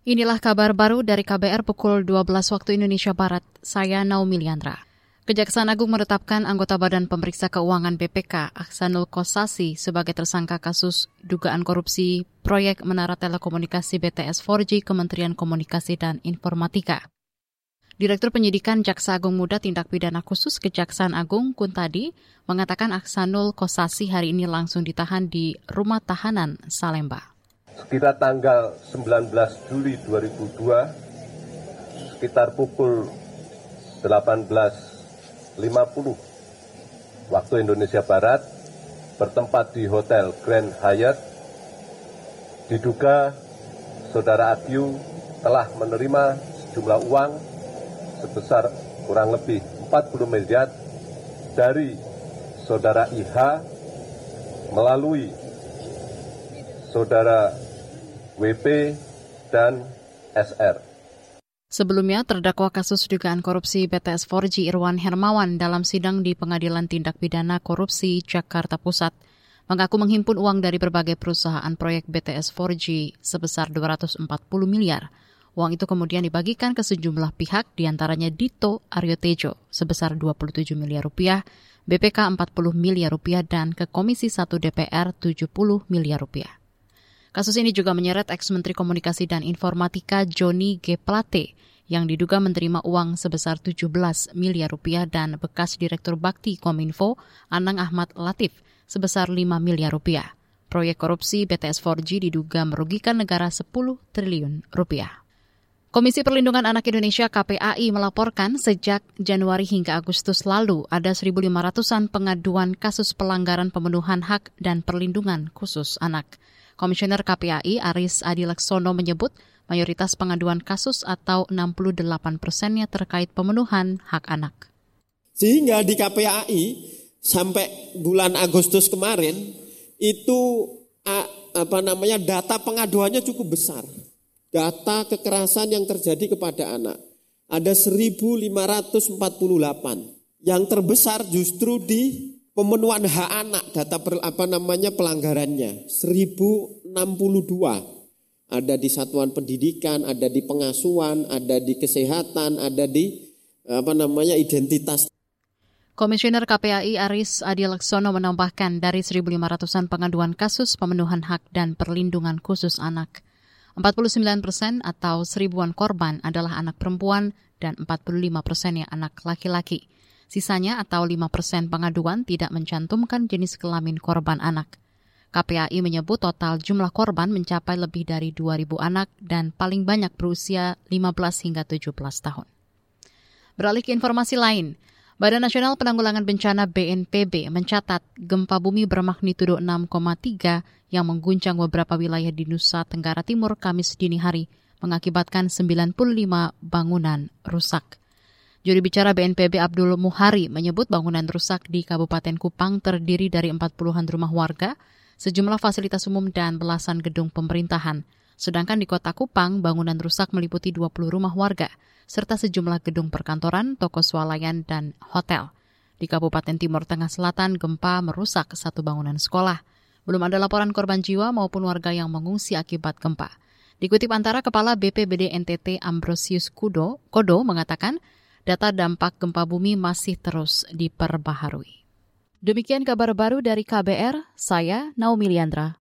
Inilah kabar baru dari KBR pukul 12 waktu Indonesia Barat. Saya Naomi Liandra. Kejaksaan Agung menetapkan anggota Badan Pemeriksa Keuangan BPK, Aksanul Kossasi, sebagai tersangka kasus dugaan korupsi proyek Menara Telekomunikasi BTS 4G Kementerian Komunikasi dan Informatika. Direktur Penyidikan Jaksa Agung Muda Tindak Pidana Khusus Kejaksaan Agung Kuntadi mengatakan Aksanul Kossasi hari ini langsung ditahan di Rumah Tahanan Salemba. Sekitar tanggal 19 Juli 2002, sekitar pukul 18.50 waktu Indonesia Barat, bertempat di Hotel Grand Hyatt, diduga Saudara Agyu telah menerima sejumlah uang sebesar kurang lebih 40 miliar dari Saudara IH melalui Saudara WP dan SR. Sebelumnya, terdakwa kasus dugaan korupsi BTS 4G Irwan Hermawan dalam sidang di Pengadilan Tindak Pidana Korupsi Jakarta Pusat mengaku menghimpun uang dari berbagai perusahaan proyek BTS 4G sebesar 240 miliar. Uang itu kemudian dibagikan ke sejumlah pihak, diantaranya Dito Aryo Tejo sebesar 27 miliar rupiah, BPK 40 miliar rupiah, dan ke Komisi 1 DPR 70 miliar rupiah. Kasus ini juga menyeret ex-Menteri Komunikasi dan Informatika Johnny G. Plate yang diduga menerima uang sebesar 17 miliar rupiah dan bekas Direktur Bakti Kominfo Anang Ahmad Latif sebesar 5 miliar rupiah. Proyek korupsi BTS 4G diduga merugikan negara 10 triliun rupiah. Komisi Perlindungan Anak Indonesia KPAI melaporkan sejak Januari hingga Agustus lalu ada 1.500-an pengaduan kasus pelanggaran pemenuhan hak dan perlindungan khusus anak. Komisioner KPAI Aris Adilaksono menyebut mayoritas pengaduan kasus atau 68%-nya terkait pemenuhan hak anak. Sehingga di KPAI sampai bulan Agustus kemarin itu data pengaduannya cukup besar. Data kekerasan yang terjadi kepada anak ada 1.548. Yang terbesar justru di pemenuhan hak anak, data pelanggarannya 1.062. Ada di satuan pendidikan, ada di pengasuhan, ada di kesehatan, ada di identitas. Komisioner KPAI Aris Adilaksono menambahkan dari 1.500-an pengaduan kasus pemenuhan hak dan perlindungan khusus anak, 49% atau 1.000-an korban adalah anak perempuan dan 45% yang anak laki-laki. Sisanya atau 5% pengaduan tidak mencantumkan jenis kelamin korban anak. KPAI menyebut total jumlah korban mencapai lebih dari 2.000 anak dan paling banyak berusia 15 hingga 17 tahun. Beralih ke informasi lain, Badan Nasional Penanggulangan Bencana BNPB mencatat gempa bumi bermagnitudo 6,3 yang mengguncang beberapa wilayah di Nusa Tenggara Timur Kamis dini hari mengakibatkan 95 bangunan rusak. Juru bicara BNPB Abdul Muhari menyebut bangunan rusak di Kabupaten Kupang terdiri dari 40-an rumah warga, sejumlah fasilitas umum dan belasan gedung pemerintahan. Sedangkan di Kota Kupang, bangunan rusak meliputi 20 rumah warga, serta sejumlah gedung perkantoran, toko swalayan, dan hotel. Di Kabupaten Timur Tengah Selatan, gempa merusak satu bangunan sekolah. Belum ada laporan korban jiwa maupun warga yang mengungsi akibat gempa. Dikutip antara Kepala BPBD NTT Ambrosius Kodo mengatakan, data dampak gempa bumi masih terus diperbaharui. Demikian kabar baru dari KBR, saya Naomi Liandra.